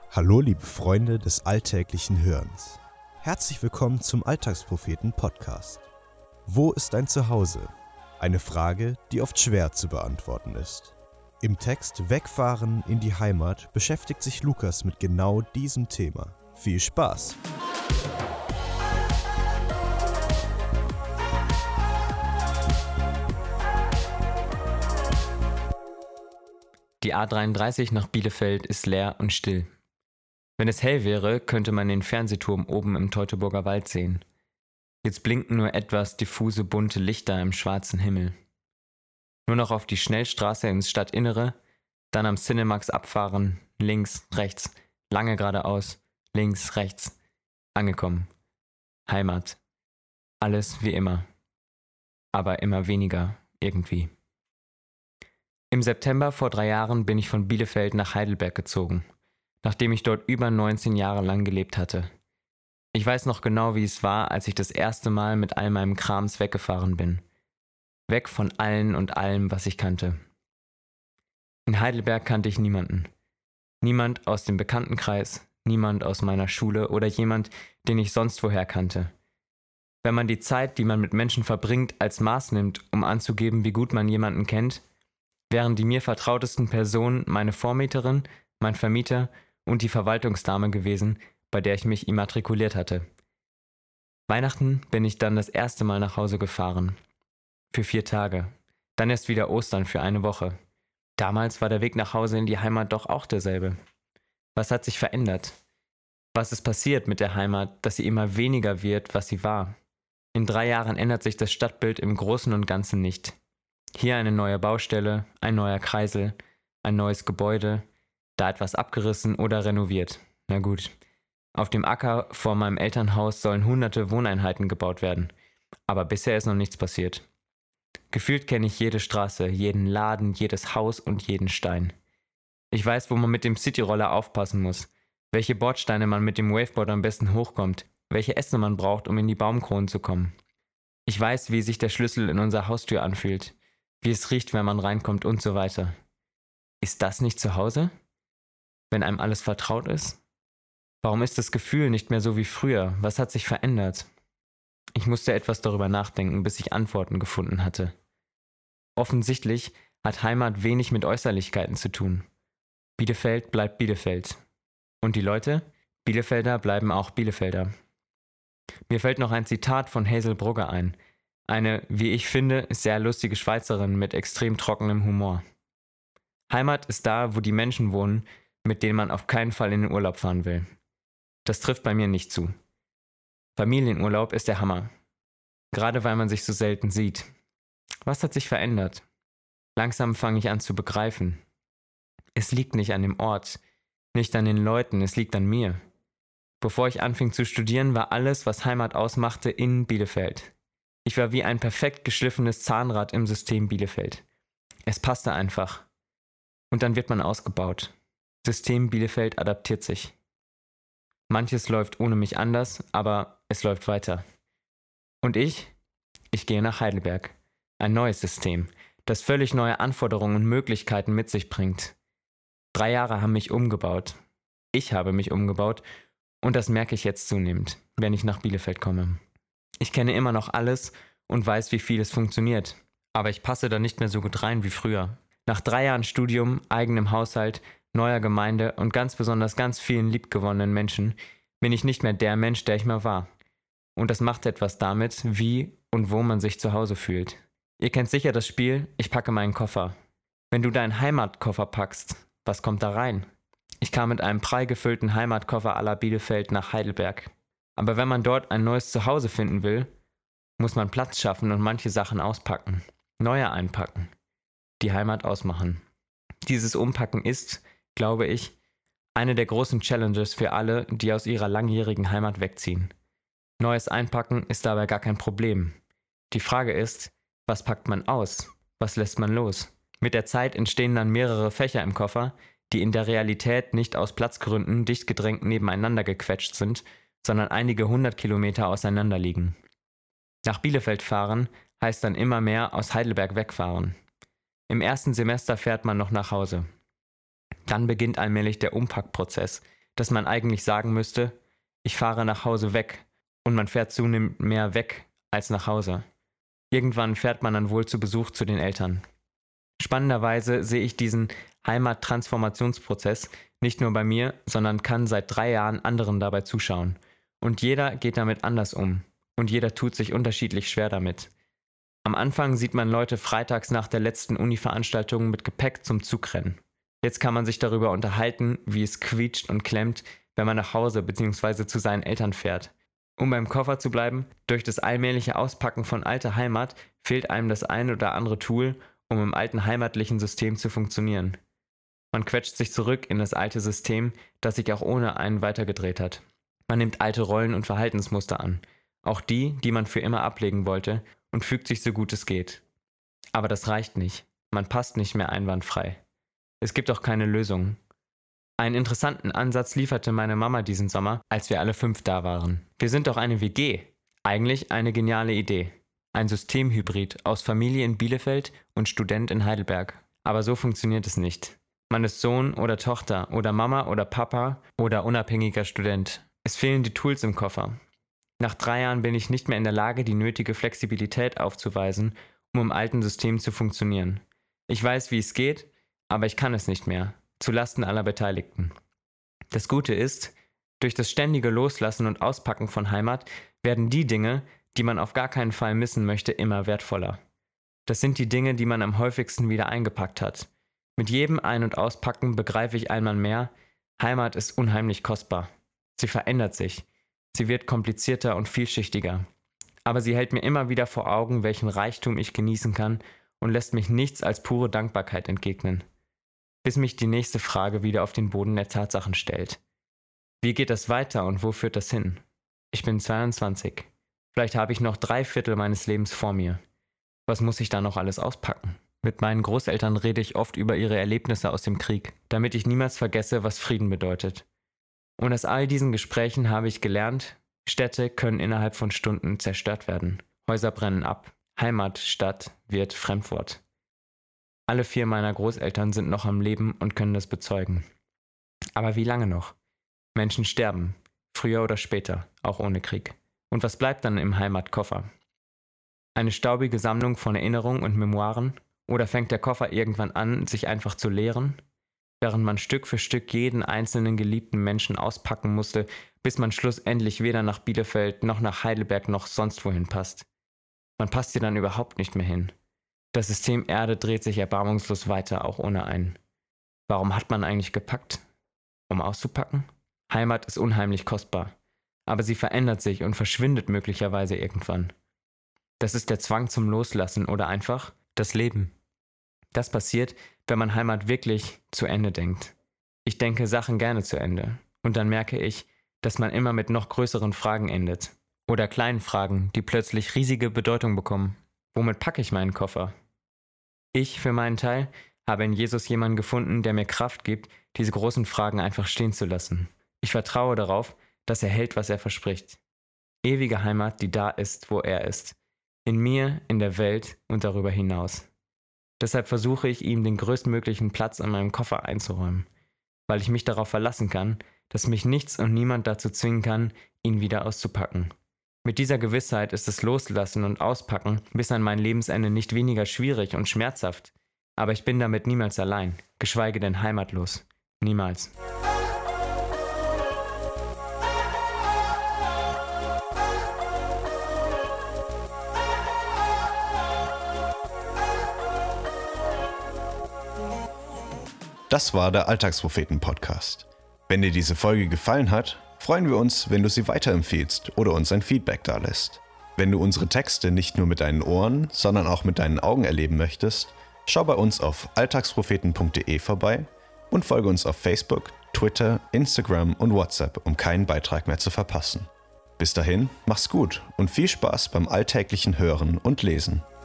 Hallo liebe Freunde des alltäglichen Hörens. Herzlich willkommen zum Alltagspropheten-Podcast. Wo ist dein Zuhause? Eine Frage, die oft schwer zu beantworten ist. Im Text Wegfahren in die Heimat beschäftigt sich Lukas mit genau diesem Thema. Viel Spaß! Die A33 nach Bielefeld ist leer und still. Wenn es hell wäre, könnte man den Fernsehturm oben im Teutoburger Wald sehen. Jetzt blinken nur etwas diffuse bunte Lichter im schwarzen Himmel. Nur noch auf die Schnellstraße ins Stadtinnere, dann am Cinemax abfahren, links, rechts, lange geradeaus, links, rechts, angekommen. Heimat. Alles wie immer. Aber immer weniger, irgendwie. Im September vor 3 Jahren bin ich von Bielefeld nach Heidelberg gezogen, nachdem ich dort über 19 Jahre lang gelebt hatte. Ich weiß noch genau, wie es war, als ich das erste Mal mit all meinem Krams weggefahren bin. Weg von allen und allem, was ich kannte. In Heidelberg kannte ich niemanden. Niemand aus dem Bekanntenkreis, niemand aus meiner Schule oder jemand, den ich sonst woher kannte. Wenn man die Zeit, die man mit Menschen verbringt, als Maß nimmt, um anzugeben, wie gut man jemanden kennt, wären die mir vertrautesten Personen meine Vormieterin, mein Vermieter und die Verwaltungsdame gewesen, bei der ich mich immatrikuliert hatte. Weihnachten bin ich dann das erste Mal nach Hause gefahren. Für 4 Tage. Dann erst wieder Ostern für 1 Woche. Damals war der Weg nach Hause in die Heimat doch auch derselbe. Was hat sich verändert? Was ist passiert mit der Heimat, dass sie immer weniger wird, was sie war? In 3 Jahren ändert sich das Stadtbild im Großen und Ganzen nicht. Hier eine neue Baustelle, ein neuer Kreisel, ein neues Gebäude, da etwas abgerissen oder renoviert. Na gut. Auf dem Acker vor meinem Elternhaus sollen hunderte Wohneinheiten gebaut werden. Aber bisher ist noch nichts passiert. Gefühlt kenne ich jede Straße, jeden Laden, jedes Haus und jeden Stein. Ich weiß, wo man mit dem Cityroller aufpassen muss, welche Bordsteine man mit dem Waveboard am besten hochkommt, welche Äste man braucht, um in die Baumkronen zu kommen. Ich weiß, wie sich der Schlüssel in unserer Haustür anfühlt, wie es riecht, wenn man reinkommt und so weiter. Ist das nicht zu Hause? Wenn einem alles vertraut ist? Warum ist das Gefühl nicht mehr so wie früher? Was hat sich verändert? Ich musste etwas darüber nachdenken, bis ich Antworten gefunden hatte. Offensichtlich hat Heimat wenig mit Äußerlichkeiten zu tun. Bielefeld bleibt Bielefeld. Und die Leute? Bielefelder bleiben auch Bielefelder. Mir fällt noch ein Zitat von Hazel Brugger ein. Eine, wie ich finde, sehr lustige Schweizerin mit extrem trockenem Humor. Heimat ist da, wo die Menschen wohnen, mit denen man auf keinen Fall in den Urlaub fahren will. Das trifft bei mir nicht zu. Familienurlaub ist der Hammer. Gerade weil man sich so selten sieht. Was hat sich verändert? Langsam fange ich an zu begreifen. Es liegt nicht an dem Ort, nicht an den Leuten, es liegt an mir. Bevor ich anfing zu studieren, war alles, was Heimat ausmachte, in Bielefeld. Ich war wie ein perfekt geschliffenes Zahnrad im System Bielefeld. Es passte einfach. Und dann wird man ausgebaut. System Bielefeld adaptiert sich. Manches läuft ohne mich anders, aber es läuft weiter. Und ich gehe nach Heidelberg. Ein neues System, das völlig neue Anforderungen und Möglichkeiten mit sich bringt. 3 Jahre haben mich umgebaut. Ich habe mich umgebaut und das merke ich jetzt zunehmend, wenn ich nach Bielefeld komme. Ich kenne immer noch alles und weiß, wie viel es funktioniert. Aber ich passe da nicht mehr so gut rein wie früher. Nach 3 Jahren Studium, eigenem Haushalt, neuer Gemeinde und ganz besonders ganz vielen liebgewonnenen Menschen bin ich nicht mehr der Mensch, der ich mal war. Und das macht etwas damit, wie und wo man sich zu Hause fühlt. Ihr kennt sicher das Spiel, ich packe meinen Koffer. Wenn du deinen Heimatkoffer packst, was kommt da rein? Ich kam mit einem prall gefüllten Heimatkoffer à la Bielefeld nach Heidelberg. Aber wenn man dort ein neues Zuhause finden will, muss man Platz schaffen und manche Sachen auspacken, neue einpacken, die Heimat ausmachen. Dieses Umpacken ist, glaube ich, eine der großen Challenges für alle, die aus ihrer langjährigen Heimat wegziehen. Neues Einpacken ist dabei gar kein Problem. Die Frage ist, was packt man aus? Was lässt man los? Mit der Zeit entstehen dann mehrere Fächer im Koffer, die in der Realität nicht aus Platzgründen dicht gedrängt nebeneinander gequetscht sind, sondern einige 100 Kilometer auseinander liegen. Nach Bielefeld fahren heißt dann immer mehr aus Heidelberg wegfahren. Im ersten Semester fährt man noch nach Hause. Dann beginnt allmählich der Umpackprozess, dass man eigentlich sagen müsste, ich fahre nach Hause weg, und man fährt zunehmend mehr weg als nach Hause. Irgendwann fährt man dann wohl zu Besuch zu den Eltern. Spannenderweise sehe ich diesen Heimattransformationsprozess nicht nur bei mir, sondern kann seit 3 Jahren anderen dabei zuschauen. Und jeder geht damit anders um. Und jeder tut sich unterschiedlich schwer damit. Am Anfang sieht man Leute freitags nach der letzten Uni-Veranstaltung mit Gepäck zum Zug rennen. Jetzt kann man sich darüber unterhalten, wie es quietscht und klemmt, wenn man nach Hause bzw. zu seinen Eltern fährt. Um beim Koffer zu bleiben, durch das allmähliche Auspacken von alter Heimat fehlt einem das ein oder andere Tool, um im alten heimatlichen System zu funktionieren. Man quetscht sich zurück in das alte System, das sich auch ohne einen weitergedreht hat. Man nimmt alte Rollen und Verhaltensmuster an, auch die, die man für immer ablegen wollte, und fügt sich so gut es geht. Aber das reicht nicht. Man passt nicht mehr einwandfrei. Es gibt auch keine Lösung. Einen interessanten Ansatz lieferte meine Mama diesen Sommer, als wir alle 5 da waren. Wir sind doch eine WG. Eigentlich eine geniale Idee. Ein Systemhybrid aus Familie in Bielefeld und Student in Heidelberg. Aber so funktioniert es nicht. Man ist Sohn oder Tochter oder Mama oder Papa oder unabhängiger Student. Es fehlen die Tools im Koffer. Nach 3 Jahren bin ich nicht mehr in der Lage, die nötige Flexibilität aufzuweisen, um im alten System zu funktionieren. Ich weiß, wie es geht, aber ich kann es nicht mehr. Zulasten aller Beteiligten. Das Gute ist, durch das ständige Loslassen und Auspacken von Heimat werden die Dinge, die man auf gar keinen Fall missen möchte, immer wertvoller. Das sind die Dinge, die man am häufigsten wieder eingepackt hat. Mit jedem Ein- und Auspacken begreife ich einmal mehr, Heimat ist unheimlich kostbar. Sie verändert sich. Sie wird komplizierter und vielschichtiger. Aber sie hält mir immer wieder vor Augen, welchen Reichtum ich genießen kann und lässt mich nichts als pure Dankbarkeit entgegnen. Bis mich die nächste Frage wieder auf den Boden der Tatsachen stellt. Wie geht das weiter und wo führt das hin? Ich bin 22. Vielleicht habe ich noch 3/4 meines Lebens vor mir. Was muss ich da noch alles auspacken? Mit meinen Großeltern rede ich oft über ihre Erlebnisse aus dem Krieg, damit ich niemals vergesse, was Frieden bedeutet. Und aus all diesen Gesprächen habe ich gelernt, Städte können innerhalb von Stunden zerstört werden. Häuser brennen ab. Heimat, Stadt wird Fremdwort. Alle 4 meiner Großeltern sind noch am Leben und können das bezeugen. Aber wie lange noch? Menschen sterben, früher oder später, auch ohne Krieg. Und was bleibt dann im Heimatkoffer? Eine staubige Sammlung von Erinnerungen und Memoiren? Oder fängt der Koffer irgendwann an, sich einfach zu leeren? Während man Stück für Stück jeden einzelnen geliebten Menschen auspacken musste, bis man schlussendlich weder nach Bielefeld noch nach Heidelberg noch sonst wohin passt. Man passt hier dann überhaupt nicht mehr hin. Das System Erde dreht sich erbarmungslos weiter, auch ohne einen. Warum hat man eigentlich gepackt? Um auszupacken? Heimat ist unheimlich kostbar, aber sie verändert sich und verschwindet möglicherweise irgendwann. Das ist der Zwang zum Loslassen oder einfach das Leben. Das passiert, wenn man Heimat wirklich zu Ende denkt. Ich denke Sachen gerne zu Ende und dann merke ich, dass man immer mit noch größeren Fragen endet. Oder kleinen Fragen, die plötzlich riesige Bedeutung bekommen. Womit packe ich meinen Koffer? Ich, für meinen Teil, habe in Jesus jemanden gefunden, der mir Kraft gibt, diese großen Fragen einfach stehen zu lassen. Ich vertraue darauf, dass er hält, was er verspricht. Ewige Heimat, die da ist, wo er ist. In mir, in der Welt und darüber hinaus. Deshalb versuche ich ihm den größtmöglichen Platz in meinem Koffer einzuräumen, weil ich mich darauf verlassen kann, dass mich nichts und niemand dazu zwingen kann, ihn wieder auszupacken. Mit dieser Gewissheit ist das Loslassen und Auspacken bis an mein Lebensende nicht weniger schwierig und schmerzhaft, aber ich bin damit niemals allein, geschweige denn heimatlos. Niemals. Das war der Alltagspropheten-Podcast. Wenn dir diese Folge gefallen hat, freuen wir uns, wenn du sie weiterempfiehlst oder uns ein Feedback dalässt. Wenn du unsere Texte nicht nur mit deinen Ohren, sondern auch mit deinen Augen erleben möchtest, schau bei uns auf alltagspropheten.de vorbei und folge uns auf Facebook, Twitter, Instagram und WhatsApp, um keinen Beitrag mehr zu verpassen. Bis dahin, mach's gut und viel Spaß beim alltäglichen Hören und Lesen.